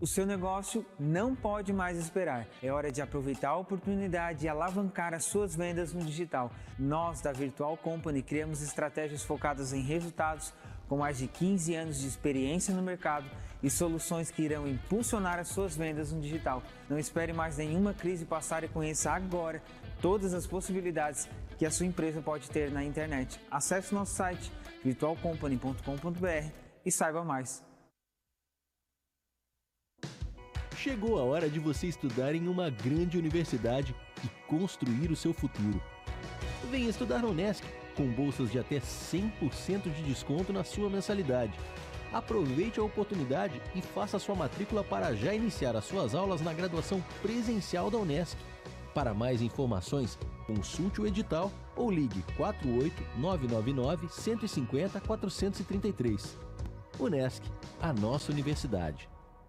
O seu negócio não pode mais esperar. É hora de aproveitar a oportunidade e alavancar as suas vendas no digital. Nós, da Virtual Company, criamos estratégias focadas em resultados com mais de 15 anos de experiência no mercado e soluções que irão impulsionar as suas vendas no digital. Não espere mais nenhuma crise passar e conheça agora todas as possibilidades que a sua empresa pode ter na internet. Acesse nosso site virtualcompany.com.br e saiba mais. Chegou a hora de você estudar em uma grande universidade e construir o seu futuro. Venha estudar na Unesc, com bolsas de até 100% de desconto na sua mensalidade. Aproveite a oportunidade e faça sua matrícula para já iniciar as suas aulas na graduação presencial da Unesc. Para mais informações, consulte o edital ou ligue 48-999-150-433. Unesc, a nossa universidade.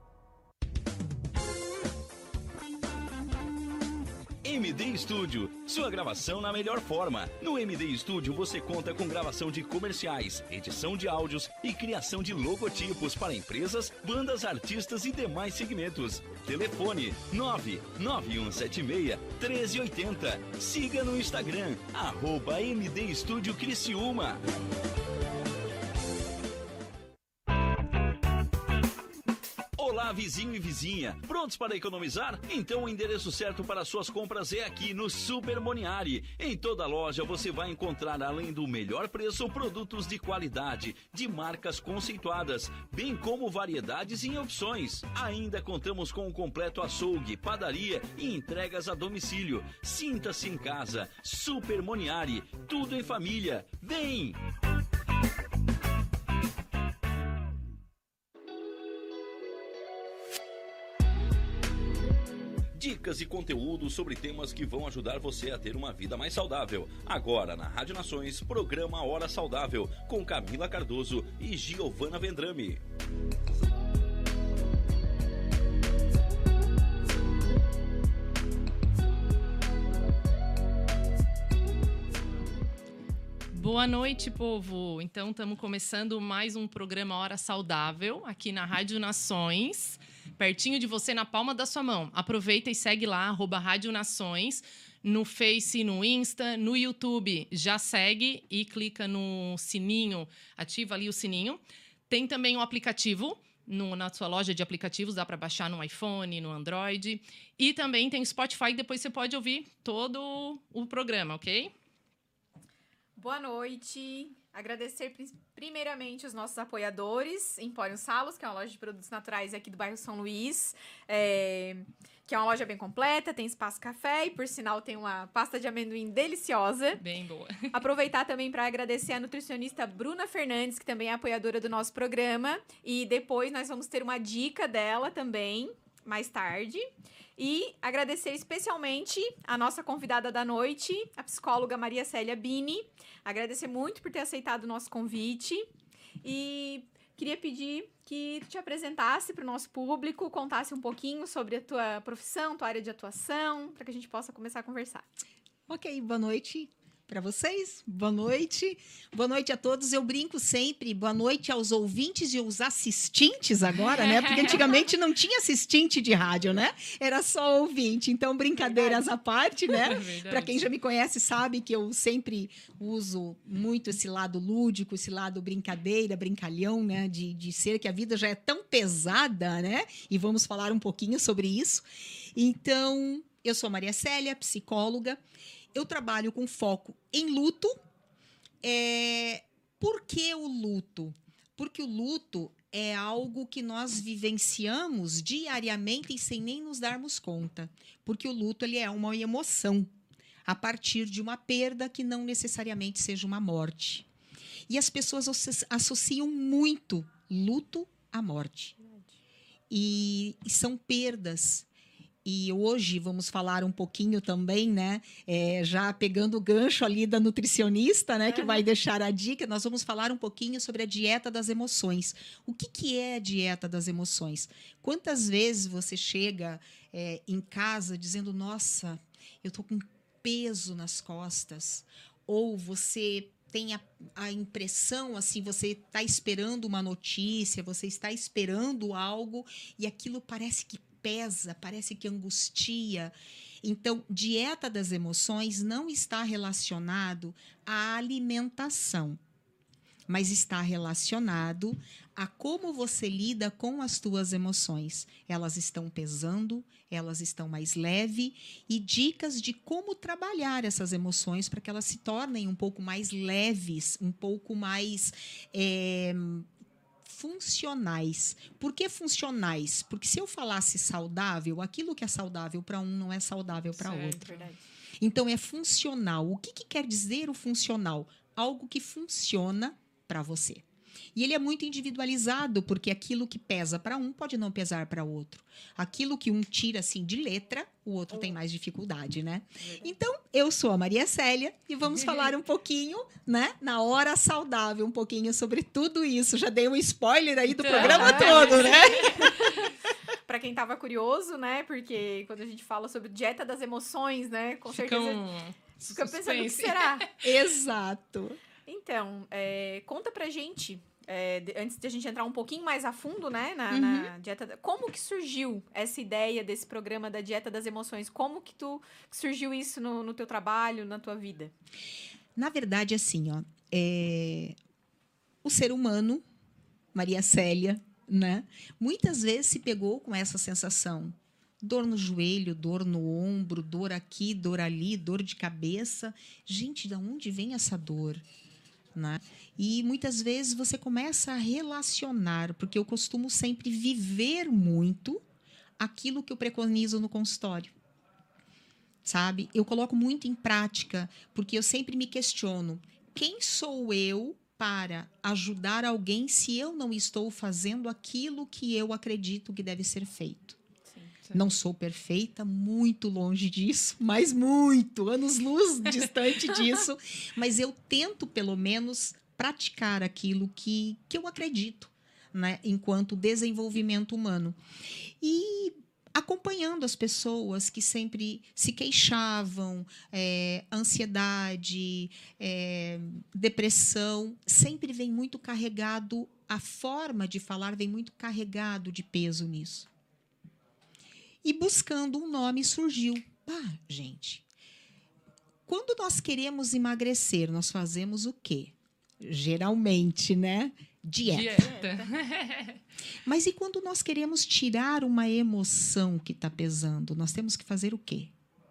MD Studio, sua gravação na melhor forma. No MD Studio você conta com gravação de comerciais, edição de áudios e criação de logotipos para empresas, bandas, artistas e demais segmentos. Telefone 99176-1380. Siga no Instagram, @MD Studio Criciúma. Olá, vizinho e vizinha. Prontos para economizar? Então o endereço certo para suas compras é aqui no Super Moniari. Em toda loja você vai encontrar, além do melhor preço, produtos de qualidade, de marcas conceituadas, bem como variedades e opções. Ainda contamos com um completo açougue, padaria e entregas a domicílio. Sinta-se em casa. Super Moniari. Tudo em família. Vem! Dicas e conteúdo sobre temas que vão ajudar você a ter uma vida mais saudável. Agora na Rádio Nações, programa Hora Saudável, com Camila Cardoso e Giovana Vendrame. Boa noite, povo! Então, estamos começando mais um programa Hora Saudável, aqui na Rádio Nações, pertinho de você, na palma da sua mão. Aproveita e segue lá, @Rádio Nações, no Face, no Insta, no YouTube. Já segue e clica no sininho, ativa ali o sininho. Tem também um aplicativo na sua loja de aplicativos, dá para baixar no iPhone, no Android. E também tem Spotify, depois você pode ouvir todo o programa, ok? Boa noite. Agradecer primeiramente os nossos apoiadores, Empório Salos, que é uma loja de produtos naturais aqui do bairro São Luís, que é uma loja bem completa, tem espaço café e, por sinal, tem uma pasta de amendoim deliciosa. Bem boa. Aproveitar também para agradecer a nutricionista Bruna Fernandes, que também é apoiadora do nosso programa. E depois nós vamos ter uma dica dela também, mais tarde. E agradecer especialmente a nossa convidada da noite, a psicóloga Maria Célia Bini. Agradecer muito por ter aceitado o nosso convite. E queria pedir que tu te apresentasse para o nosso público, contasse um pouquinho sobre a tua profissão, tua área de atuação, para que a gente possa começar a conversar. Ok, boa noite para vocês, boa noite a todos. Eu brinco sempre, boa noite aos ouvintes e aos assistentes agora, né? Porque antigamente não tinha assistente de rádio, né? Era só ouvinte. Então, brincadeiras à parte, né? Para quem já me conhece sabe que eu sempre uso muito esse lado lúdico, esse lado brincadeira, brincalhão, né? De ser que a vida já é tão pesada, né? E vamos falar um pouquinho sobre isso. Então, eu sou Maria Célia, psicóloga. Eu trabalho com foco em luto. Por que o luto? Porque o luto é algo que nós vivenciamos diariamente e sem nem nos darmos conta. Porque o luto ele é uma emoção a partir de uma perda que não necessariamente seja uma morte. E as pessoas associam muito luto à morte. E são perdas. E hoje vamos falar um pouquinho também, né? Já pegando o gancho ali da nutricionista, né? Que vai deixar a dica, nós vamos falar um pouquinho sobre a dieta das emoções. O que é a dieta das emoções? Quantas vezes você chega em casa dizendo, nossa, eu estou com peso nas costas? Ou você tem a impressão, assim, você está esperando uma notícia, você está esperando algo e aquilo parece que pesa, parece que angustia. Então, dieta das emoções não está relacionado à alimentação, mas está relacionado a como você lida com as tuas emoções. Elas estão pesando, elas estão mais leves, e dicas de como trabalhar essas emoções para que elas se tornem um pouco mais leves, um pouco mais funcionais. Por que funcionais? Porque se eu falasse saudável, aquilo que é saudável para um não é saudável para outro. Verdade. Então, é funcional. O que quer dizer o funcional? Algo que funciona para você. E ele é muito individualizado, porque aquilo que pesa para um pode não pesar para outro. Aquilo que um tira assim de letra, o outro tem mais dificuldade, né? Então, eu sou a Maria Célia e vamos falar um pouquinho, né, na hora saudável, um pouquinho sobre tudo isso. Já dei um spoiler aí do programa todo, né? Para quem tava curioso, né? Porque quando a gente fala sobre dieta das emoções, né? Com certeza fica pensando o que será. Exato. Então, conta pra gente, antes de a gente entrar um pouquinho mais a fundo, né, na dieta, como que surgiu essa ideia desse programa da dieta das emoções? Como que surgiu isso no teu trabalho, na tua vida? Na verdade, assim, ó, o ser humano, Maria Célia, né, muitas vezes se pegou com essa sensação. Dor no joelho, dor no ombro, dor aqui, dor ali, dor de cabeça. Gente, de onde vem essa dor? Né? E muitas vezes você começa a relacionar, porque eu costumo sempre viver muito aquilo que eu preconizo no consultório. Sabe? Eu coloco muito em prática, porque eu sempre me questiono: quem sou eu para ajudar alguém se eu não estou fazendo aquilo que eu acredito que deve ser feito? Não sou perfeita, muito longe disso, mas muito, anos-luz distante disso. Mas eu tento, pelo menos, praticar aquilo que eu acredito, né, enquanto desenvolvimento humano. E acompanhando as pessoas que sempre se queixavam, ansiedade, depressão, sempre vem muito carregado, a forma de falar vem muito carregado de peso nisso. E buscando um nome surgiu. Gente, quando nós queremos emagrecer, nós fazemos o quê? Geralmente, né? Dieta. Mas e quando nós queremos tirar uma emoção que está pesando, nós temos que fazer o quê?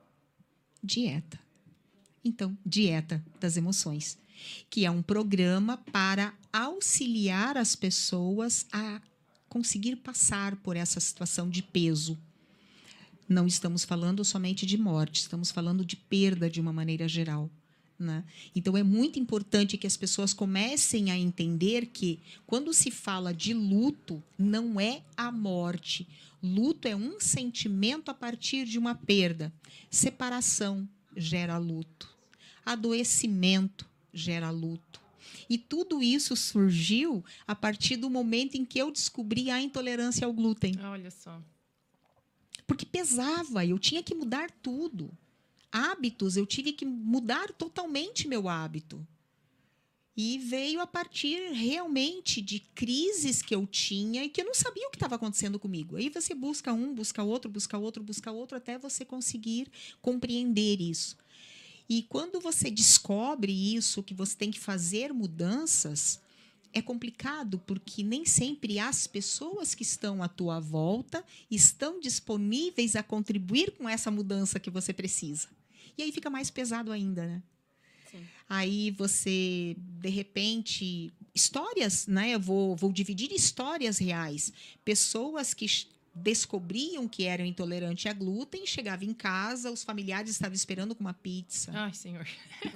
Dieta. Então, dieta das emoções, que é um programa para auxiliar as pessoas a conseguir passar por essa situação de peso. Não estamos falando somente de morte, estamos falando de perda de uma maneira geral, né? Então, é muito importante que as pessoas comecem a entender que, quando se fala de luto, não é a morte. Luto é um sentimento a partir de uma perda. Separação gera luto. Adoecimento gera luto. E tudo isso surgiu a partir do momento em que eu descobri a intolerância ao glúten. Olha só. Porque pesava, eu tinha que mudar tudo. Hábitos, eu tive que mudar totalmente meu hábito. E veio a partir realmente de crises que eu tinha e que eu não sabia o que estava acontecendo comigo. Aí você busca um, busca outro, busca outro, busca outro, até você conseguir compreender isso. E quando você descobre isso, que você tem que fazer mudanças, é complicado, porque nem sempre as pessoas que estão à tua volta estão disponíveis a contribuir com essa mudança que você precisa. E aí fica mais pesado ainda, né? Sim. Aí você, de repente, histórias, né? Eu vou dividir histórias reais. Pessoas que descobriam que eram intolerantes a glúten, chegavam em casa, os familiares estavam esperando com uma pizza. Ai, senhor.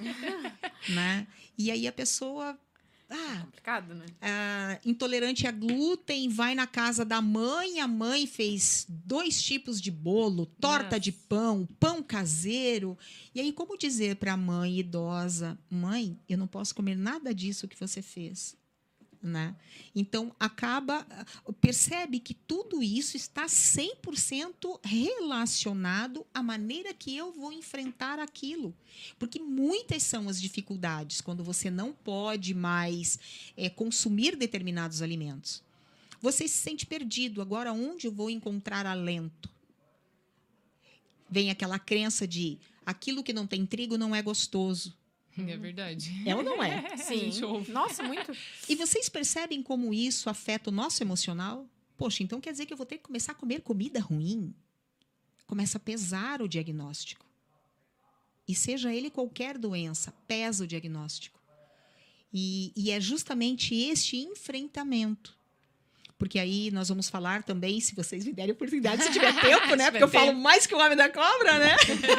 Né? E aí a pessoa... complicado, né? Intolerante a glúten, vai na casa da mãe, a mãe fez 2 tipos de bolo, torta de pão, pão caseiro. E aí, como dizer para a mãe idosa: mãe, eu não posso comer nada disso que você fez? né? Então, percebe que tudo isso está 100% relacionado à maneira que eu vou enfrentar aquilo. Porque muitas são as dificuldades quando você não pode mais consumir determinados alimentos. Você se sente perdido. Agora, onde eu vou encontrar alento? Vem aquela crença de aquilo que não tem trigo não é gostoso. É verdade. É ou não é? Sim. Nossa, muito. E vocês percebem como isso afeta o nosso emocional? Poxa, então quer dizer que eu vou ter que começar a comer comida ruim? Começa a pesar o diagnóstico. E seja ele qualquer doença, pesa o diagnóstico. E é justamente este enfrentamento. Porque aí nós vamos falar também, se vocês me derem oportunidade, se tiver tempo, né? Porque eu falo mais que o Homem da Cobra, né?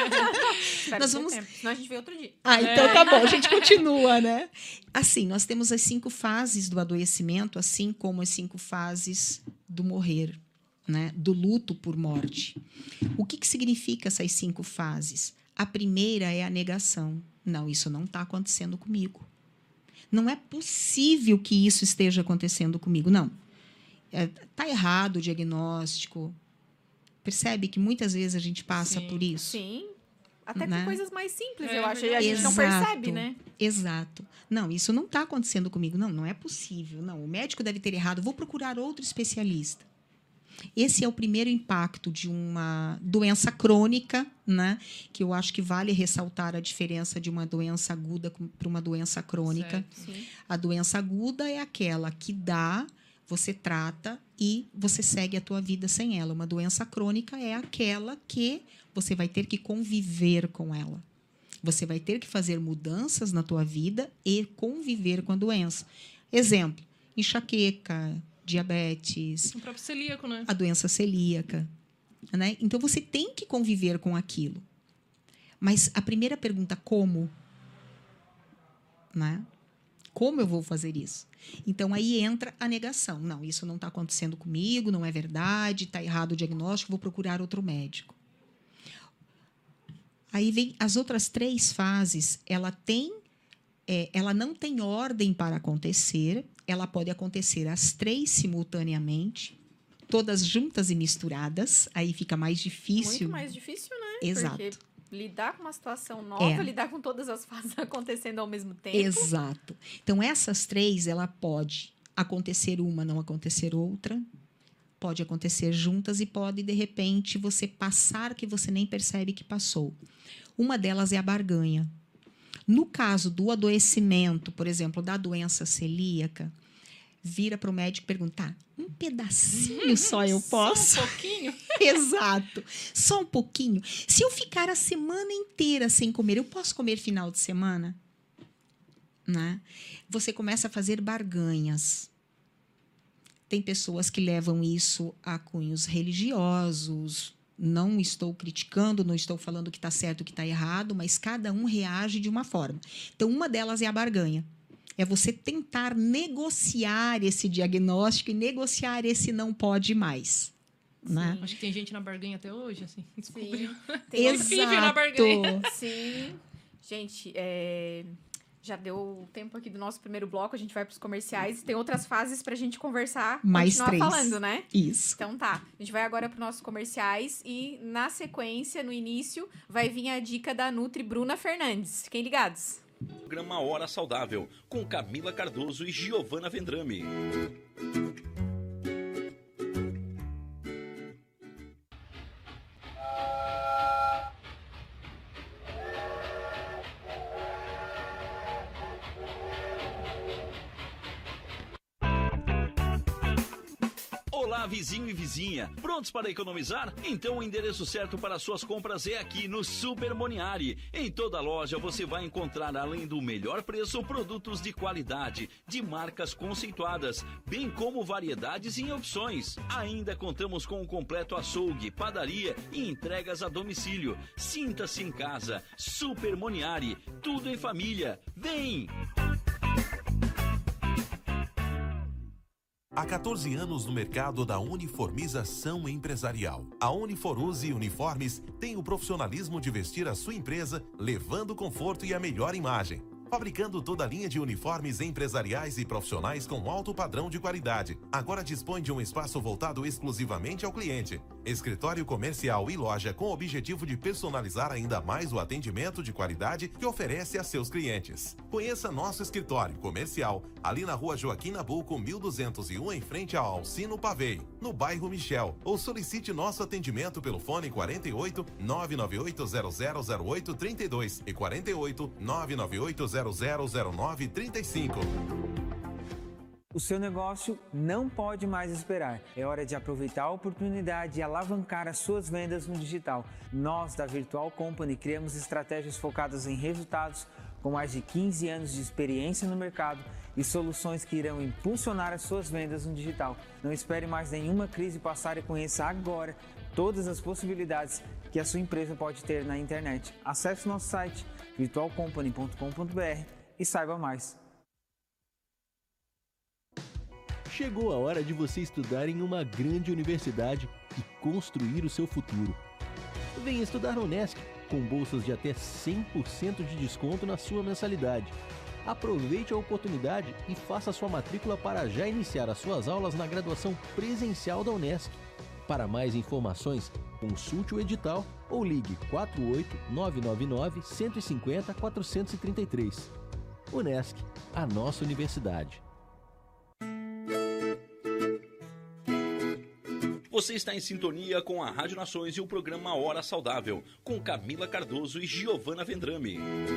Nós vamos... Senão a gente vê outro dia. Então tá bom, a gente continua, né? Assim, nós temos as 5 fases do adoecimento, assim como as 5 fases do morrer, né? Do luto por morte. O que significa essas 5 fases? A primeira é a negação. Não, isso não está acontecendo comigo. Não é possível que isso esteja acontecendo comigo, não. Está errado o diagnóstico. Percebe que muitas vezes a gente passa por isso? Sim. Até né? com coisas mais simples, eu acho. E a gente não percebe, né? Exato. Não, isso não está acontecendo comigo. Não é possível. Não, o médico deve ter errado. Vou procurar outro especialista. Esse é o primeiro impacto de uma doença crônica, né? Que eu acho que vale ressaltar a diferença de uma doença aguda para uma doença crônica. A doença aguda é aquela que dá... Você trata e você segue a tua vida sem ela. Uma doença crônica é aquela que você vai ter que conviver com ela. Você vai ter que fazer mudanças na tua vida e conviver com a doença. Exemplo, enxaqueca, diabetes. O próprio celíaco, né? A doença celíaca. Né? Então, você tem que conviver com aquilo. Mas a primeira pergunta, como? Né? Como eu vou fazer isso? Então, aí entra a negação. Não, isso não está acontecendo comigo, não é verdade, está errado o diagnóstico, vou procurar outro médico. Aí vem as outras 3 fases. Ela não tem ordem para acontecer, ela pode acontecer as 3 simultaneamente, todas juntas e misturadas, aí fica mais difícil. Muito mais difícil, né? Exato. Porque lidar com uma situação nova, lidar com todas as fases acontecendo ao mesmo tempo. Exato. Então, essas 3, ela pode acontecer uma, não acontecer outra. Pode acontecer juntas e pode, de repente, você passar que você nem percebe que passou. Uma delas é a barganha. No caso do adoecimento, por exemplo, da doença celíaca, vira para o médico e pergunta, um pedacinho só eu posso? Só um pouquinho? Exato. Só um pouquinho. Se eu ficar a semana inteira sem comer, eu posso comer final de semana? Né? Você começa a fazer barganhas. Tem pessoas que levam isso a cunhos religiosos. Não estou criticando, não estou falando que está certo, que está errado, mas cada um reage de uma forma. Então, uma delas é a barganha. É você tentar negociar esse diagnóstico e negociar esse não pode mais. Né? Acho que tem gente na barganha até hoje, assim. Descobriu. Tem Exato. Na barganha. Sim. Gente, já deu tempo aqui do nosso primeiro bloco, a gente vai para os comerciais. Tem outras fases para a gente conversar, mais continuar 3. falando, né? Isso. Então tá, a gente vai agora para os nossos comerciais e na sequência, no início, vai vir a dica da Nutri Bruna Fernandes. Fiquem ligados. Programa Hora Saudável, com Camila Cardoso e Giovana Vendrame. Olá, vizinho e vizinha. Prontos para economizar? Então o endereço certo para suas compras é aqui no Super Moniari. Em toda loja você vai encontrar, além do melhor preço, produtos de qualidade, de marcas conceituadas, bem como variedades e opções. Ainda contamos com um completo açougue, padaria e entregas a domicílio. Sinta-se em casa. Super Moniari. Tudo em família. Vem! Há 14 anos no mercado da uniformização empresarial. A Uniforuse Uniformes tem o profissionalismo de vestir a sua empresa, levando conforto e a melhor imagem. fabricando toda a linha de uniformes empresariais e profissionais com alto padrão de qualidade. Agora dispõe de um espaço voltado exclusivamente ao cliente. Escritório comercial e loja com o objetivo de personalizar ainda mais o atendimento de qualidade que oferece a seus clientes. Conheça nosso escritório comercial ali na Rua Joaquim Nabuco, 1201, em frente ao Alcino Pavei, no bairro Michel, ou solicite nosso atendimento pelo fone 48 998 0008 32 e 48 998 0009 35. O seu negócio não pode mais esperar. É hora de aproveitar a oportunidade e alavancar as suas vendas no digital. Nós, da Virtual Company, criamos estratégias focadas em resultados com mais de 15 anos de experiência no mercado e soluções que irão impulsionar as suas vendas no digital. Não espere mais nenhuma crise passar e conheça agora todas as possibilidades que a sua empresa pode ter na internet. Acesse nosso site virtualcompany.com.br e saiba mais. Chegou a hora de você estudar em uma grande universidade e construir o seu futuro. Venha estudar na Unesc, com bolsas de até 100% de desconto na sua mensalidade. Aproveite a oportunidade e faça sua matrícula para já iniciar as suas aulas na graduação presencial da Unesc. Para mais informações, consulte o edital ou ligue 48 999 150 433. Unesc, a nossa universidade. Você está em sintonia com a Rádio Nações e o programa Hora Saudável, com Camila Cardoso e Giovana Vendrame.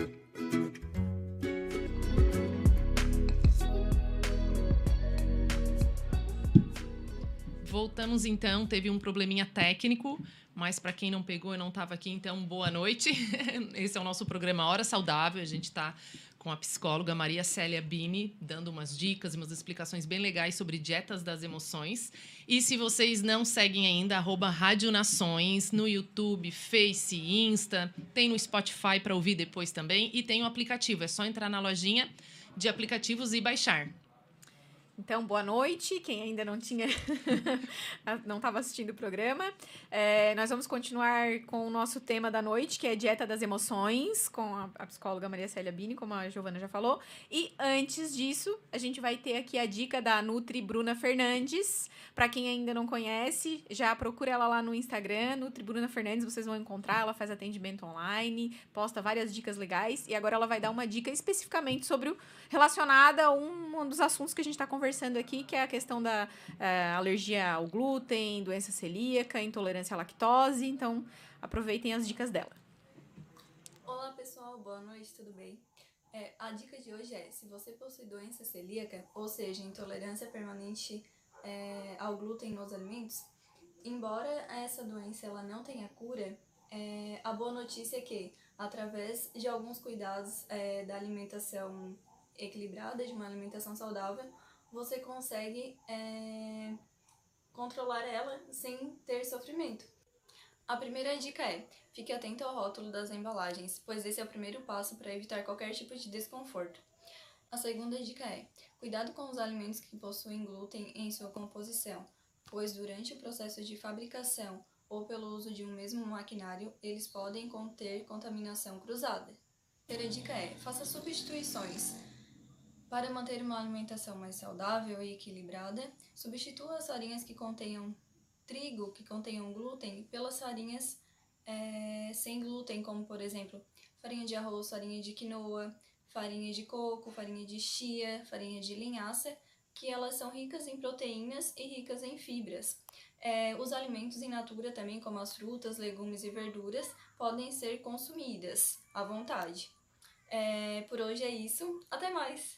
Voltamos então, teve um probleminha técnico, mas para quem não pegou e não estava aqui, então boa noite. Esse é o nosso programa Hora Saudável, a gente está com a psicóloga Maria Célia Bini, dando umas dicas e umas explicações bem legais sobre dietas das emoções. E se vocês não seguem ainda, @Rádio Nações no YouTube, Face, Insta, tem no Spotify para ouvir depois também, e tem o aplicativo, é só entrar na lojinha de aplicativos e baixar. Então, boa noite. Quem ainda não tinha, não estava assistindo o programa. Nós vamos continuar com o nosso tema da noite, que é dieta das emoções, com a psicóloga Maria Célia Bini, como a Giovana já falou. E antes disso, a gente vai ter aqui a dica da Nutri Bruna Fernandes. Para quem ainda não conhece, já procura ela lá no Instagram, Nutri Bruna Fernandes, vocês vão encontrar. Ela faz atendimento online, posta várias dicas legais. E agora ela vai dar uma dica especificamente sobre relacionada a um dos assuntos que a gente está conversando aqui, que é a questão da alergia ao glúten, doença celíaca, intolerância à lactose. Então, aproveitem as dicas dela. Olá, pessoal. Boa noite, tudo bem? A dica de hoje é, se você possui doença celíaca, ou seja, intolerância permanente ao glúten nos alimentos, embora essa doença ela não tenha cura, a boa notícia é que, através de alguns cuidados da alimentação equilibrada, de uma alimentação saudável, você consegue controlar ela sem ter sofrimento. A primeira dica é, fique atento ao rótulo das embalagens, pois esse é o primeiro passo para evitar qualquer tipo de desconforto. A segunda dica é, cuidado com os alimentos que possuem glúten em sua composição, pois durante o processo de fabricação ou pelo uso de um mesmo maquinário, eles podem conter contaminação cruzada. A terceira dica é, faça substituições. Para manter uma alimentação mais saudável e equilibrada, substitua as farinhas que contenham trigo, que contenham glúten, pelas farinhas sem glúten, como por exemplo, farinha de arroz, farinha de quinoa, farinha de coco, farinha de chia, farinha de linhaça, que elas são ricas em proteínas e ricas em fibras. Os alimentos in natura também, como as frutas, legumes e verduras, podem ser consumidas à vontade. Por hoje é isso. Até mais!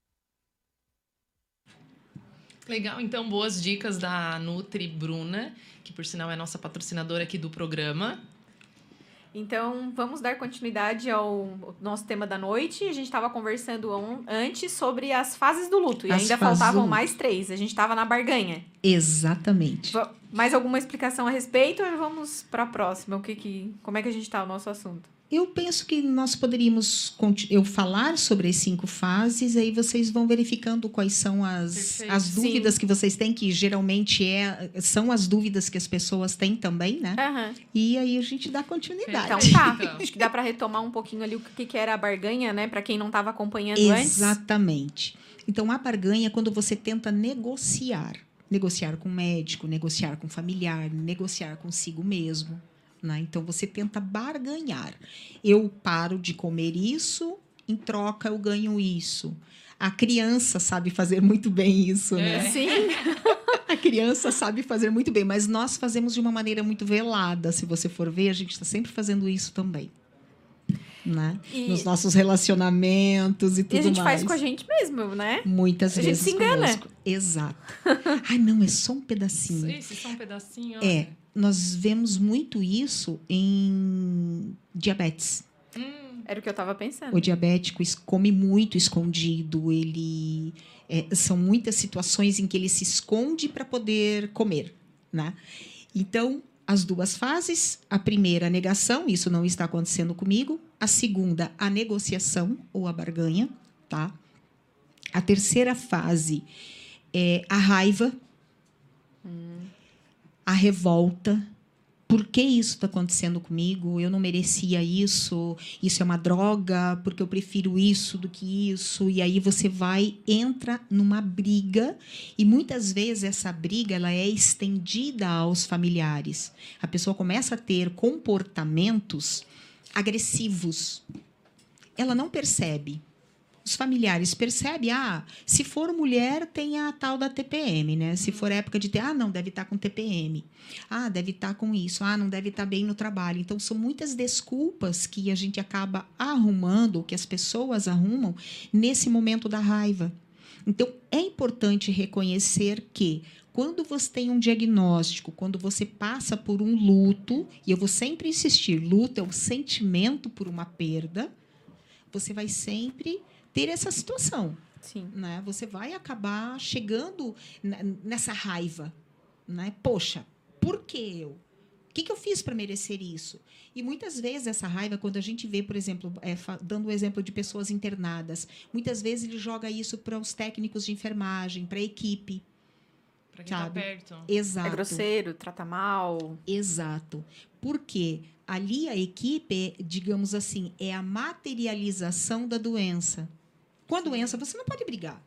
Legal, então boas dicas da Nutri Bruna, que por sinal é nossa patrocinadora aqui do programa. Então, vamos dar continuidade ao nosso tema da noite. A gente estava conversando antes sobre as fases do luto. E ainda faltavam mais 3. A gente estava na barganha. Exatamente. Mais alguma explicação a respeito ou vamos para a próxima? Como é que a gente está o nosso assunto? Eu penso que nós poderíamos eu falar sobre as 5 fases, aí vocês vão verificando quais são as dúvidas que vocês têm, que geralmente são as dúvidas que as pessoas têm também, né? E aí a gente dá continuidade. Então tá, acho que dá para retomar um pouquinho ali o que era a barganha, né? Para quem não estava acompanhando antes. Exatamente. Então, a barganha é quando você tenta negociar. Negociar com o médico, negociar com o familiar, negociar consigo mesmo. Né? Então, você tenta barganhar. Eu paro de comer isso, em troca eu ganho isso. A criança sabe fazer muito bem isso, né? Sim. A criança sabe fazer muito bem, mas nós fazemos de uma maneira muito velada. Se você for ver, a gente está sempre fazendo isso também. Né? Nos nossos relacionamentos e tudo mais. E a gente faz com a gente mesmo, né? Muitas vezes. A gente se engana. Conosco. Exato. Ai, não, é só um pedacinho. Esse só um pedacinho. Nós vemos muito isso em diabetes. Era o que eu estava pensando. O diabético come muito escondido. São muitas situações em que ele se esconde para poder comer, né? Então, as 2 fases. A primeira, a negação. Isso não está acontecendo comigo. A segunda, a negociação ou a barganha, tá? A terceira fase é a raiva, a revolta. Por que isso está acontecendo comigo? Eu não merecia isso. Isso é uma droga, porque eu prefiro isso do que isso. E aí você entra numa briga. E muitas vezes essa briga ela é estendida aos familiares. A pessoa começa a ter comportamentos agressivos. Ela não percebe. Os familiares percebem, se for mulher, tem a tal da TPM, né? Se for época de não, deve estar com TPM. Deve estar com isso. Não deve estar bem no trabalho. Então, são muitas desculpas que a gente acaba arrumando, que as pessoas arrumam, nesse momento da raiva. Então, é importante reconhecer que, quando você tem um diagnóstico, quando você passa por um luto, e eu vou sempre insistir, luto é o sentimento por uma perda, você vai sempre ter essa situação. Sim. Né? Você vai acabar chegando nessa raiva. Né? Poxa, por que eu? O que eu fiz para merecer isso? E muitas vezes essa raiva, quando a gente vê, por exemplo, dando o exemplo de pessoas internadas, muitas vezes ele joga isso para os técnicos de enfermagem, para a equipe. Para quem está perto. Exato. É grosseiro, trata mal. Exato. Porque ali a equipe, digamos assim, é a materialização da doença. Com a doença, você não pode brigar.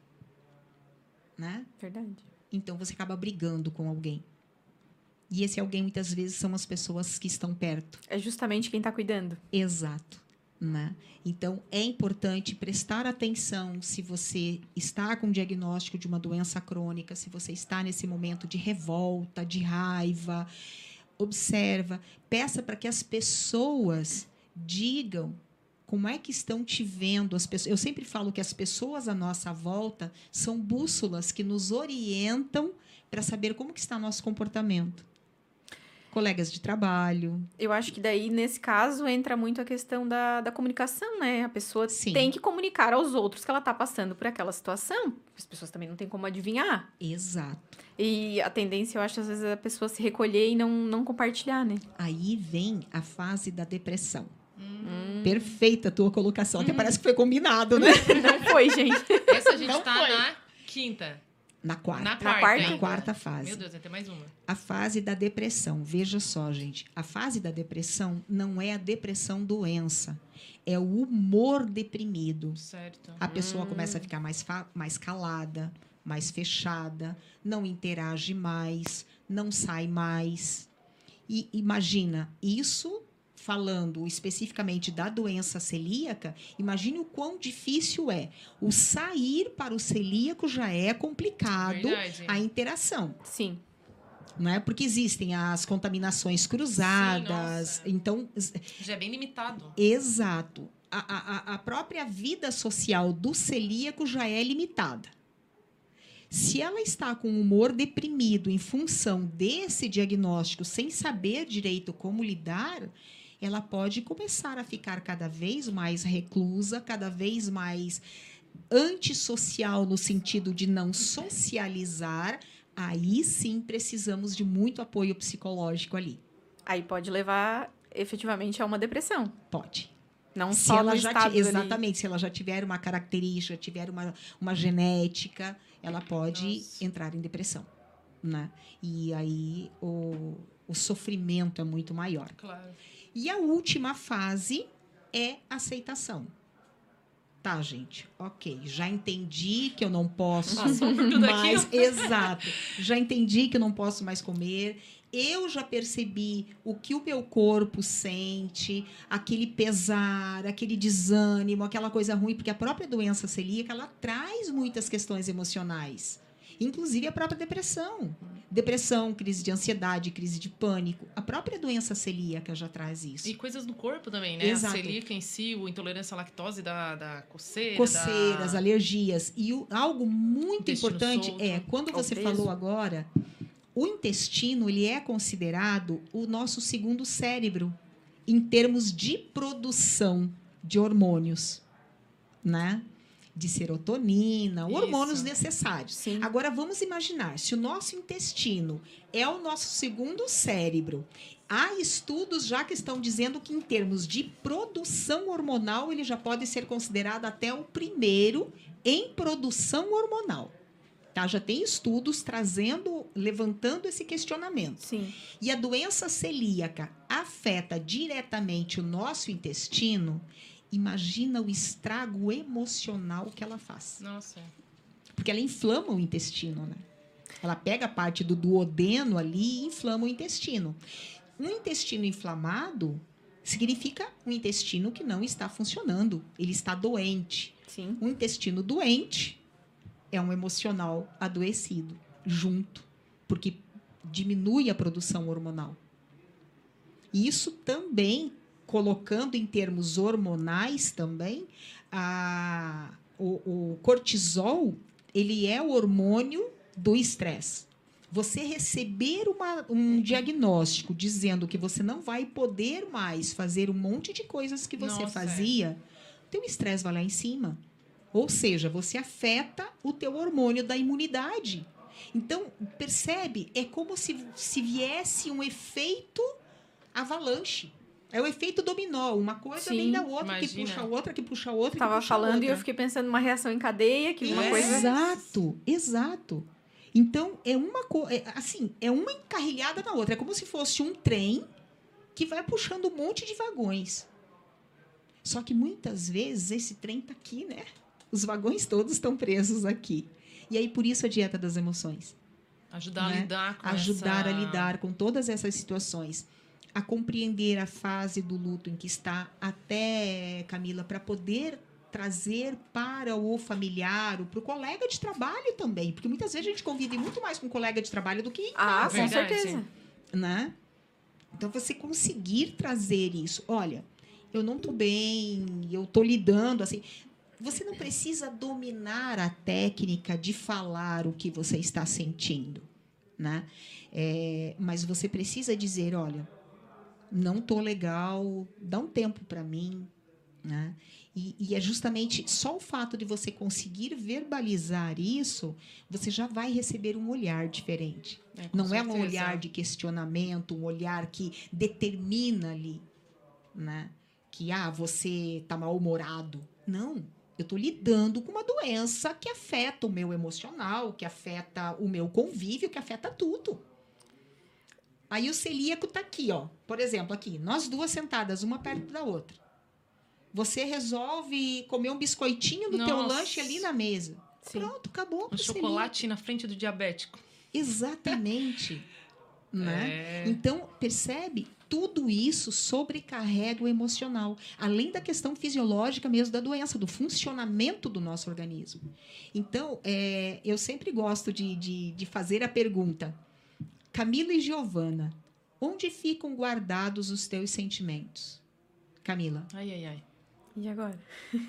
Né? Verdade. Então, você acaba brigando com alguém. E esse alguém, muitas vezes, são as pessoas que estão perto. É justamente quem está cuidando. Exato. Né? Então, é importante prestar atenção se você está com o diagnóstico de uma doença crônica, se você está nesse momento de revolta, de raiva. Observa, peça para que as pessoas digam como é que estão te vendo. Eu sempre falo que as pessoas à nossa volta são bússolas que nos orientam para saber como que está nosso comportamento. Colegas de trabalho. Eu acho que daí, nesse caso, entra muito a questão da comunicação, né? A pessoa tem que comunicar aos outros que ela está passando por aquela situação. As pessoas também não têm como adivinhar. Exato. E a tendência, eu acho, às vezes, é a pessoa se recolher e não compartilhar, né? Aí vem a fase da depressão. Perfeita a tua colocação. Até parece que foi combinado, né? Não foi, gente. Essa a gente está na quinta. Na quarta. Na quarta fase. Meu Deus, vai ter mais uma. A fase da depressão. Veja só, gente. A fase da depressão não é a depressão doença. É o humor deprimido. Certo. A pessoa começa a ficar mais calada, mais fechada, não interage mais, não sai mais. E imagina, isso falando especificamente da doença celíaca, imagine o quão difícil é. O sair para o celíaco já é complicado. Verdade. A interação. Sim. Não é? Porque existem as contaminações cruzadas. Sim, então, já é bem limitado. Exato. A própria vida social do celíaco já é limitada. Se ela está com o humor deprimido em função desse diagnóstico, sem saber direito como lidar, ela pode começar a ficar cada vez mais reclusa, cada vez mais antissocial, no sentido de não socializar. Aí sim precisamos de muito apoio psicológico ali. Aí pode levar efetivamente é uma depressão. Pode. Não Se só ela no já estado exatamente, se ela já tiver uma característica, tiver uma genética, ela pode entrar em depressão, né? E aí o sofrimento é muito maior. Claro. E a última fase é aceitação. Tá, gente? Ok, já entendi que eu não posso mais... Exato. Já entendi que eu não posso mais comer. Eu já percebi o que o meu corpo sente, aquele pesar, aquele desânimo, aquela coisa ruim, porque a própria doença celíaca, ela traz muitas questões emocionais, inclusive a própria depressão. Depressão, crise de ansiedade, crise de pânico. A própria doença celíaca já traz isso. E coisas no corpo também, né? Exato. A celíaca em si, a intolerância à lactose da coceira. Coceiras, alergias. E algo muito Intestino importante solto. é, quando você Obeso. falou agora, o intestino, ele é considerado o nosso segundo cérebro em termos de produção de hormônios, né? De serotonina, Isso. hormônios necessários. Sim. Agora, vamos imaginar, se o nosso intestino é o nosso segundo cérebro, há estudos já que estão dizendo que, em termos de produção hormonal, ele já pode ser considerado até o primeiro em produção hormonal. Tá? Já tem estudos levantando esse questionamento. Sim. E a doença celíaca afeta diretamente o nosso intestino. Imagina o estrago emocional que ela faz. Nossa. Porque ela inflama o intestino, né? Ela pega a parte do duodeno ali e inflama o intestino. Um intestino inflamado significa um intestino que não está funcionando. Ele está doente. Sim. Um intestino doente é um emocional adoecido junto, porque diminui a produção hormonal. E isso também, colocando em termos hormonais também, o cortisol, ele é o hormônio do estresse. Você receber um diagnóstico dizendo que você não vai poder mais fazer um monte de coisas que você fazia, teu estresse vai lá em cima. Ou seja, você afeta o teu hormônio da imunidade. Então, percebe? É como se viesse um efeito avalanche. É o efeito dominó. Uma coisa vem da outra, imagina. que puxa a outra, que puxa a outra, Tava que puxa falando a outra. e eu fiquei pensando numa reação em cadeia, que uma coisa... Exato. Então, é uma encarrilhada na outra. É como se fosse um trem que vai puxando um monte de vagões. Só que, muitas vezes, esse trem está aqui, né? Os vagões todos estão presos aqui. E aí, por isso, a dieta das emoções. Ajudar a lidar com Ajudar a lidar com todas essas situações. A compreender a fase do luto em que está até, Camila, para poder trazer para o familiar, ou para o colega de trabalho também. Porque muitas vezes a gente convive muito mais com o colega de trabalho do que em casa. com certeza. Né? Então, você conseguir trazer isso. Olha, eu não estou bem, eu estou lidando assim... Você não precisa dominar a técnica de falar o que você está sentindo, né? Mas você precisa dizer, olha, não estou legal, dá um tempo para mim, né? E é justamente só o fato de você conseguir verbalizar isso, você já vai receber um olhar diferente. Não certeza. É um olhar de questionamento, um olhar que determina ali, né? Que você está mal-humorado. Não. Eu estou lidando com uma doença que afeta o meu emocional, que afeta o meu convívio, que afeta tudo. Aí o celíaco está aqui, ó. Por exemplo, aqui, nós duas sentadas, uma perto da outra. Você resolve comer um biscoitinho no teu lanche ali na mesa. Sim. Pronto, acabou. Um chocolate na frente do diabético. Exatamente. Né? Então, percebe? Tudo isso sobrecarrega o emocional, além da questão fisiológica mesmo da doença, do funcionamento do nosso organismo. Então, eu sempre gosto de fazer a pergunta, Camila e Giovana, onde ficam guardados os teus sentimentos? Camila. Ai. E agora?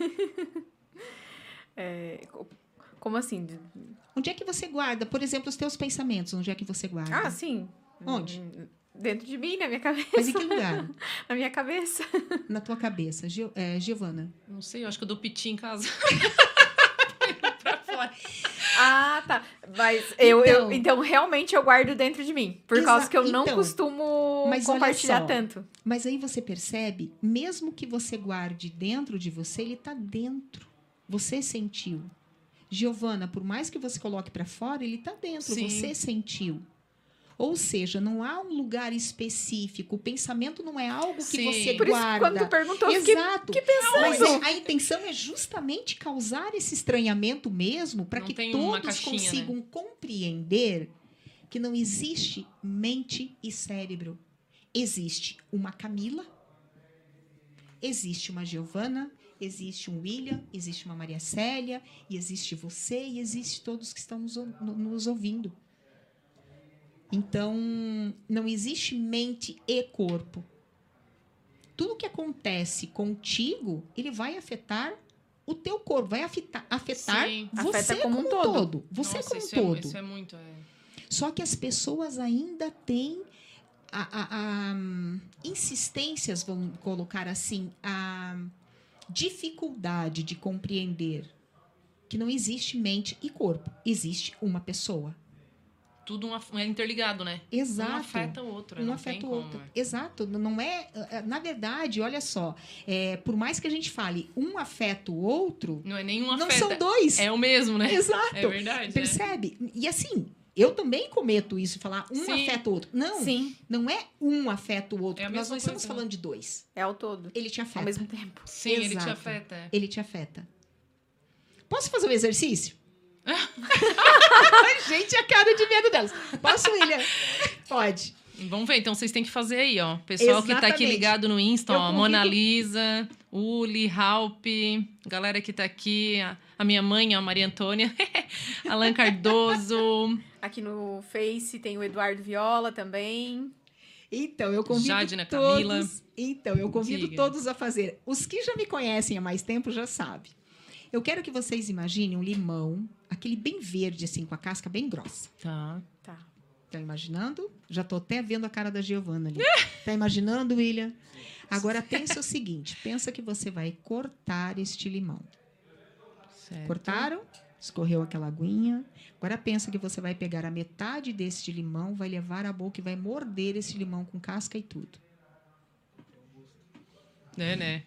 Como assim? Onde é que você guarda, por exemplo, os teus pensamentos? Onde é que você guarda? Ah, sim. Onde? Dentro de mim, na minha cabeça. Mas em que lugar? Na minha cabeça. Na tua cabeça. Giovana. Não sei, eu acho que eu dou piti em casa. Pra fora. hora. Ah, tá. Mas então, realmente eu guardo dentro de mim. Por causa que eu não costumo compartilhar tanto. Mas aí você percebe, mesmo que você guarde dentro de você, ele está dentro. Você sentiu. Giovana, por mais que você coloque para fora, ele está dentro. Sim. Você sentiu. Ou seja, não há um lugar específico. O pensamento não é algo que você por guarda. Isso, quando tu perguntou, exato. Que pensando? Mas a intenção é justamente causar esse estranhamento mesmo, para que todos consigam compreender que não existe mente e cérebro. Existe uma Camila, existe uma Giovana, existe um William, existe uma Maria Célia, e existe você, e existe todos que estão nos ouvindo. Então, não existe mente e corpo. Tudo que acontece contigo, ele vai afetar o teu corpo, vai afetar você como um todo. Você Nossa, como um todo. Isso é muito... Só que as pessoas ainda têm insistências, vamos colocar assim, a dificuldade de compreender que não existe mente e corpo. Existe uma pessoa. Tudo é interligado, né? Exato. Um afeta o outro. Um afeta o outro. Exato. Não é... Na verdade, olha só. Por mais que a gente fale um afeta o outro... Não é nenhum afeta. Não são dois. É o mesmo, né? Exato. É verdade. Percebe? E assim... Eu também cometo isso, falar afeta o outro. Não, não é um afeta o outro. Nós não estamos falando de dois. É o todo. Ele te afeta. Ao mesmo tempo. Sim, exato. Ele te afeta. Ele te afeta. Posso fazer um exercício? Gente, a cara de medo delas. Posso, William? Pode. Vamos ver, então vocês têm que fazer aí, ó. Pessoal que tá aqui ligado no Insta, ó. Mona Lisa, Uli, Halpe, galera que tá aqui, a minha mãe, a Maria Antônia, Alan Cardoso. Aqui no Face tem o Eduardo Viola também. Então, eu convido Jadina todos... Camila. Então, eu convido todos a fazer. Os que já me conhecem há mais tempo já sabem. Eu quero que vocês imaginem um limão, aquele bem verde, assim, com a casca bem grossa. Tá. Tá imaginando? Já tô até vendo a cara da Giovana ali. Tá imaginando, William? Agora, pensa o seguinte. Pensa que você vai cortar este limão. Certo. Cortaram? Escorreu aquela aguinha. Agora, pensa que você vai pegar a metade deste limão, vai levar à boca e vai morder esse limão com casca e tudo. Né?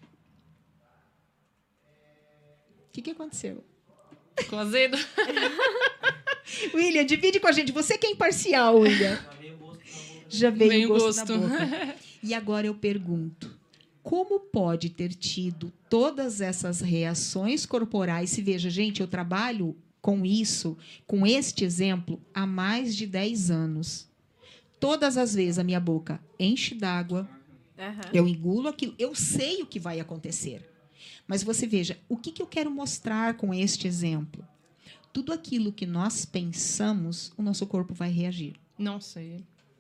O que aconteceu? Ficou azedo? William, divide com a gente. Você que é imparcial, William. Já veio o gosto na boca. E agora eu pergunto. Como pode ter tido todas essas reações corporais? Se veja, gente, eu trabalho com isso, com este exemplo, há mais de 10 anos. Todas as vezes a minha boca enche d'água, eu engulo aquilo, eu sei o que vai acontecer. Mas você veja, o que eu quero mostrar com este exemplo? Tudo aquilo que nós pensamos, o nosso corpo vai reagir. Não sei.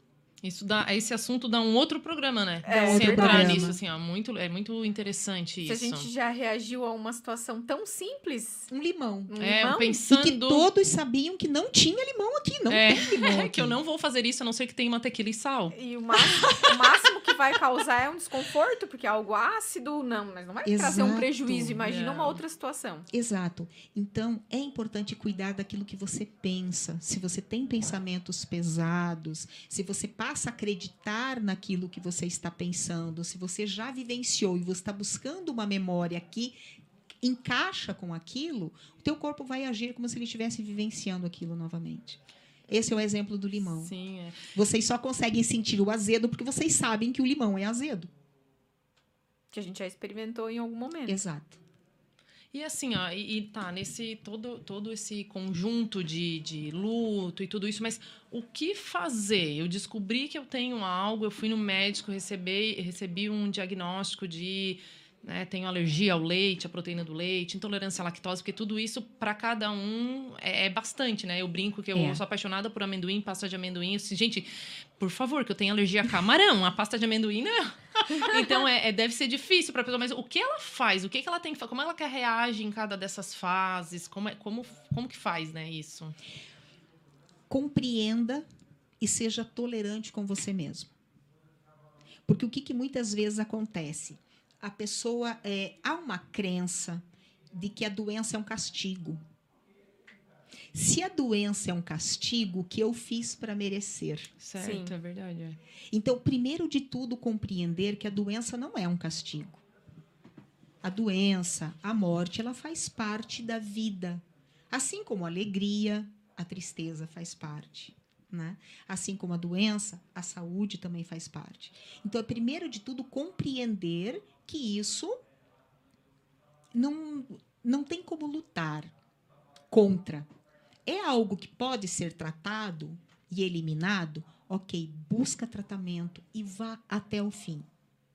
Esse assunto dá um outro programa, né? Se entrar nisso, assim, ó, é muito interessante isso. Se a gente já reagiu a uma situação tão simples... Um limão. Pensando... E que todos sabiam que não tinha limão aqui. Não tem limão aqui. Que eu não vou fazer isso, a não ser que tenha uma tequila e sal. E o máximo que vai causar é um desconforto, porque é algo ácido, mas não vai trazer um prejuízo. Imagina uma outra situação. Exato. Então, é importante cuidar daquilo que você pensa. Se você tem pensamentos pesados, se você passa a acreditar naquilo que você está pensando, se você já vivenciou e você está buscando uma memória que encaixa com aquilo, o teu corpo vai agir como se ele estivesse vivenciando aquilo novamente. Esse é o exemplo do limão. Sim, Vocês só conseguem sentir o azedo porque vocês sabem que o limão é azedo. Que a gente já experimentou em algum momento. Exato. E assim, ó, nesse todo esse conjunto de luto e tudo isso, mas o que fazer? Eu descobri que eu tenho algo, eu fui no médico, recebi um diagnóstico de... tenho alergia ao leite, à proteína do leite, intolerância à lactose, porque tudo isso, para cada um, é bastante, né? Eu brinco que eu sou apaixonada por amendoim, pasta de amendoim. Gente, por favor, que eu tenho alergia a camarão, a pasta de amendoim, não. Então, deve ser difícil para a pessoa. Mas o que ela faz? O que ela tem que fazer? Como ela reage em cada dessas fases? Como que faz, né, isso? Compreenda e seja tolerante com você mesmo. Porque o que muitas vezes acontece? A pessoa... há uma crença de que a doença é um castigo. Se a doença é um castigo, o que eu fiz para merecer? Certo, Sim. é verdade. Então, primeiro de tudo, compreender que a doença não é um castigo. A doença, a morte, ela faz parte da vida. Assim como a alegria, a tristeza faz parte. Né? Assim como a doença, a saúde também faz parte. Então, é primeiro de tudo compreender que isso não tem como lutar contra. É algo que pode ser tratado e eliminado? Ok, busca tratamento e vá até o fim.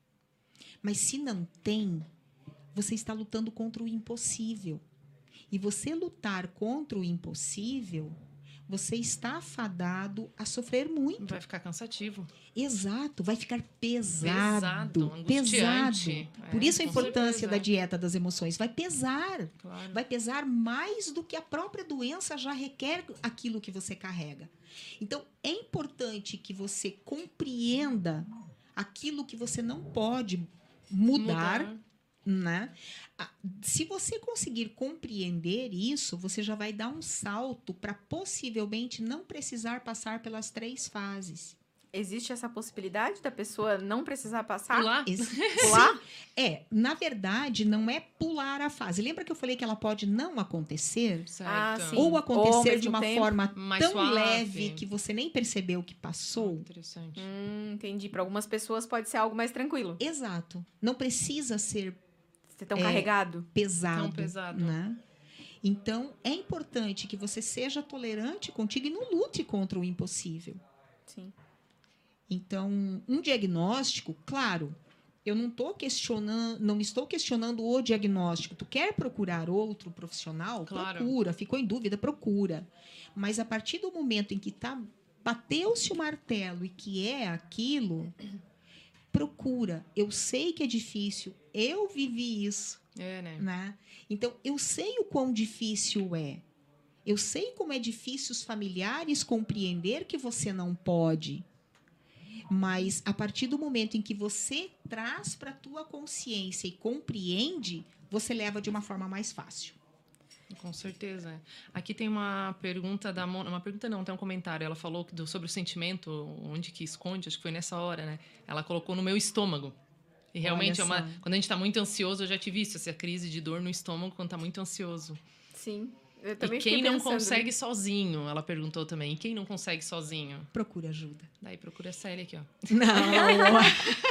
Mas se não tem, você está lutando contra o impossível. E você lutar contra o impossível, você está afadado a sofrer muito. Vai ficar cansativo. Exato, vai ficar pesado. Angustiante. Por isso a com importância certeza. da dieta das emoções. Vai pesar. Claro. Vai pesar mais do que a própria doença já requer aquilo que você carrega. Então, é importante que você compreenda aquilo que você não pode mudar. Né? Se você conseguir compreender isso, você já vai dar um salto para possivelmente não precisar passar pelas 3 fases. Existe essa possibilidade da pessoa não precisar passar? Pular? Pular? Na verdade, não é pular a fase. Lembra que eu falei que ela pode não acontecer? Certo. Ah, sim. Ou Ou acontecer ao de mesmo uma tempo, forma mais tão suave. leve que você nem percebeu que passou? Interessante. Entendi. Para algumas pessoas pode ser algo mais tranquilo. Exato. Não precisa ser Ser tão carregado. pesado. Tão pesado. Né? Então, é importante que você seja tolerante contigo e não lute contra o impossível. Sim. Então, um diagnóstico, claro, eu não estou questionando o diagnóstico. Tu quer procurar outro profissional? Claro. Procura. Ficou em dúvida? Procura. Mas a partir do momento em que bateu-se o martelo e que é aquilo, procura. Eu sei que é difícil. Eu vivi isso. Né? Então, eu sei o quão difícil é. Eu sei como é difícil os familiares compreender que você não pode. Mas, a partir do momento em que você traz para a tua consciência e compreende, você leva de uma forma mais fácil. Com certeza. Aqui tem uma pergunta da Mona. Uma pergunta não, tem um comentário. Ela falou sobre o sentimento, onde que esconde, acho que foi nessa hora, né? Ela colocou no meu estômago. E realmente, quando a gente está muito ansioso, eu já tive isso, essa crise de dor no estômago quando está muito ansioso. Sim. Eu também E quem não pensando, consegue sozinho? Ela perguntou também. E quem não consegue sozinho? Procura ajuda. Daí procura a Célia aqui, ó. Não.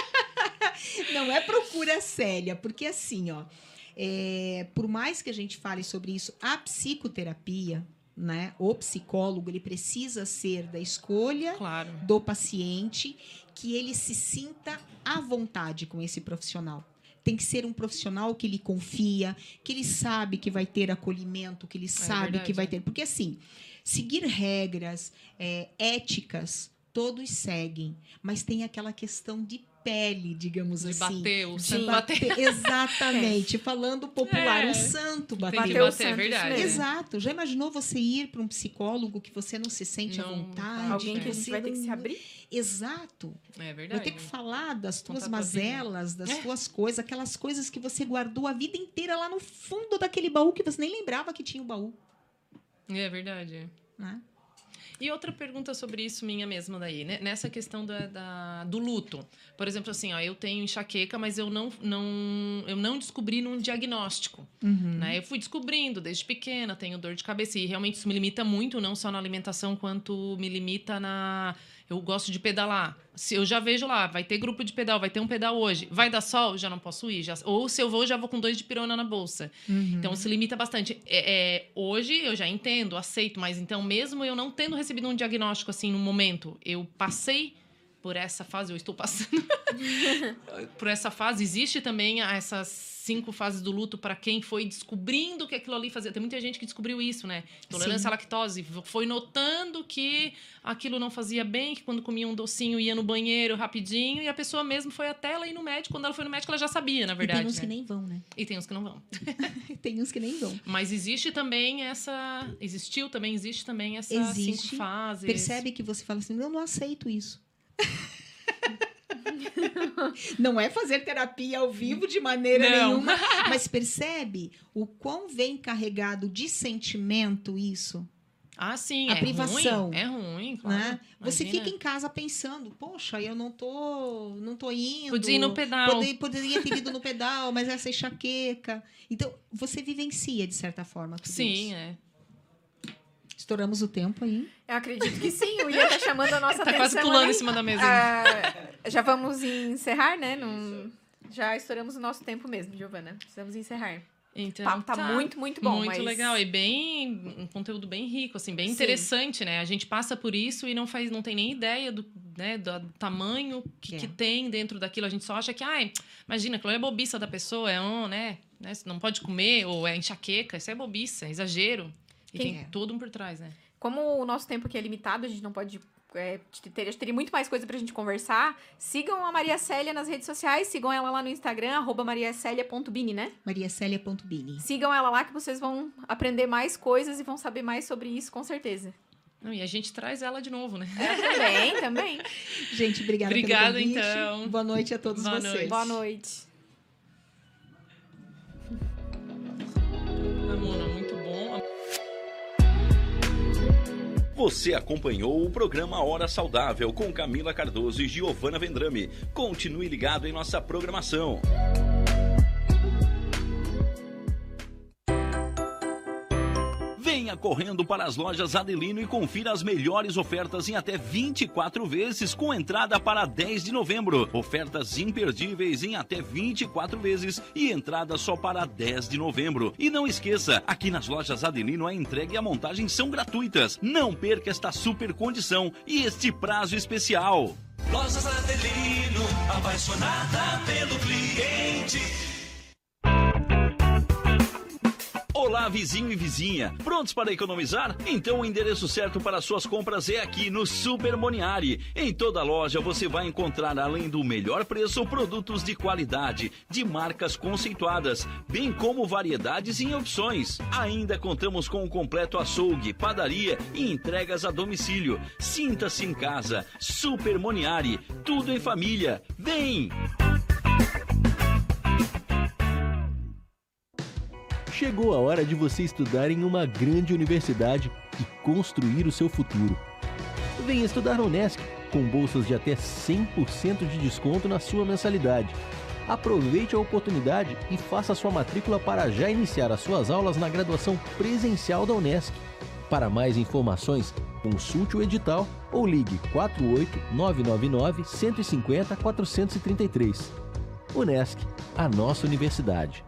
Não é procura Célia, porque assim, ó, por mais que a gente fale sobre isso, a psicoterapia, né, o psicólogo, ele precisa ser da escolha do paciente, que ele se sinta à vontade com esse profissional. Tem que ser um profissional que ele confia, que ele sabe que vai ter acolhimento, que ele sabe que vai ter... Porque, assim, seguir regras, éticas, todos seguem. Mas tem aquela questão de pele, digamos assim. Bater, o santo bater. Exatamente. Falando popular, o santo bater. Tem que bater, é verdade. Exato. Já imaginou você ir para um psicólogo que você não se sente à vontade? Alguém que a gente vai ter que se abrir? Exato. É verdade. Vai ter que falar das tuas mazelas, das tuas coisas, aquelas coisas que você guardou a vida inteira lá no fundo daquele baú que você nem lembrava que tinha o baú. É verdade. Né? E outra pergunta sobre isso minha mesma daí, né? Nessa questão do luto. Por exemplo, assim, ó, eu tenho enxaqueca, mas eu não descobri num diagnóstico. Né? Eu fui descobrindo desde pequena, tenho dor de cabeça. E realmente isso me limita muito, não só na alimentação, quanto me limita na... Eu gosto de pedalar. Se eu já vejo lá, vai ter grupo de pedal, vai ter um pedal hoje. Vai dar sol? Já não posso ir. Ou se eu vou, já vou com 2 dipirona na bolsa. Então, se limita bastante. Hoje, eu já entendo, aceito. Mas, então, mesmo eu não tendo recebido um diagnóstico, assim, no momento, eu passei por essa fase, eu estou passando por essa fase. Existe também essas 5 fases do luto para quem foi descobrindo que aquilo ali fazia. Tem muita gente que descobriu isso, né? Intolerância à lactose. Foi notando que aquilo não fazia bem, que quando comia um docinho ia no banheiro rapidinho, e a pessoa mesmo foi até ela ir no médico. Quando ela foi no médico, ela já sabia, na verdade. E tem uns que nem vão, né? E tem uns que não vão. Tem uns que nem vão. Mas existe também essa... Existe também essas 5 fases. Percebe que você fala assim, eu não aceito isso. Não é fazer terapia ao vivo de maneira nenhuma, mas percebe o quão vem carregado de sentimento isso? Ah, sim, A privação. Ruim, é ruim, claro. Né? Você Imagina. fica em casa pensando, poxa, eu não tô indo. Podia ir no pedal. Poderia ter ido no pedal, mas essa enxaqueca. Então, você vivencia, de certa forma, tudo Sim, isso. é. Estouramos o tempo aí. Eu acredito que sim. O Ian tá chamando a nossa Tá atenção. quase pulando ali. em cima da mesa. Já vamos encerrar, né? Já estouramos o nosso tempo mesmo, Giovana. Precisamos encerrar. Então, O papo tá muito, muito bom. Muito mas... legal. E um conteúdo bem rico, assim, bem Sim. interessante, né? A gente passa por isso e não tem nem ideia do tamanho que tem dentro daquilo. A gente só acha que, imagina, aquilo é bobiça da pessoa, né? Não pode comer, ou é enxaqueca. Isso é bobiça, é exagero. E tem tudo por trás, né? Como o nosso tempo aqui é limitado, a gente não pode... teria muito mais coisa pra gente conversar. Sigam a Maria Célia nas redes sociais. Sigam ela lá no Instagram, @mariacelia.bini, né? mariacelia.bini. Sigam ela lá que vocês vão aprender mais coisas e vão saber mais sobre isso, com certeza. E a gente traz ela de novo, né? Também. Gente, obrigada Obrigada, pelo convite. então. Boa noite a todos Boa vocês. noite. Boa noite. Ramona, muito bom. Você acompanhou o programa Hora Saudável com Camila Cardoso e Giovana Vendrame. Continue ligado em nossa programação. Venha correndo para as lojas Adelino e confira as melhores ofertas em até 24 vezes com entrada para 10 de novembro. Ofertas imperdíveis em até 24 vezes e entrada só para 10 de novembro. E não esqueça, aqui nas lojas Adelino a entrega e a montagem são gratuitas. Não perca esta super condição e este prazo especial. Lojas Adelino, apaixonada pelo cliente. Olá, vizinho e vizinha. Prontos para economizar? Então o endereço certo para suas compras é aqui no Super Moniari. Em toda loja você vai encontrar, além do melhor preço, produtos de qualidade, de marcas conceituadas, bem como variedades e opções. Ainda contamos com um completo açougue, padaria e entregas a domicílio. Sinta-se em casa. Super Moniari. Tudo em família. Vem! Chegou a hora de você estudar em uma grande universidade e construir o seu futuro. Venha estudar na Unesc, com bolsas de até 100% de desconto na sua mensalidade. Aproveite a oportunidade e faça sua matrícula para já iniciar as suas aulas na graduação presencial da Unesc. Para mais informações, consulte o edital ou ligue 48 999 150 433. Unesc, a nossa universidade.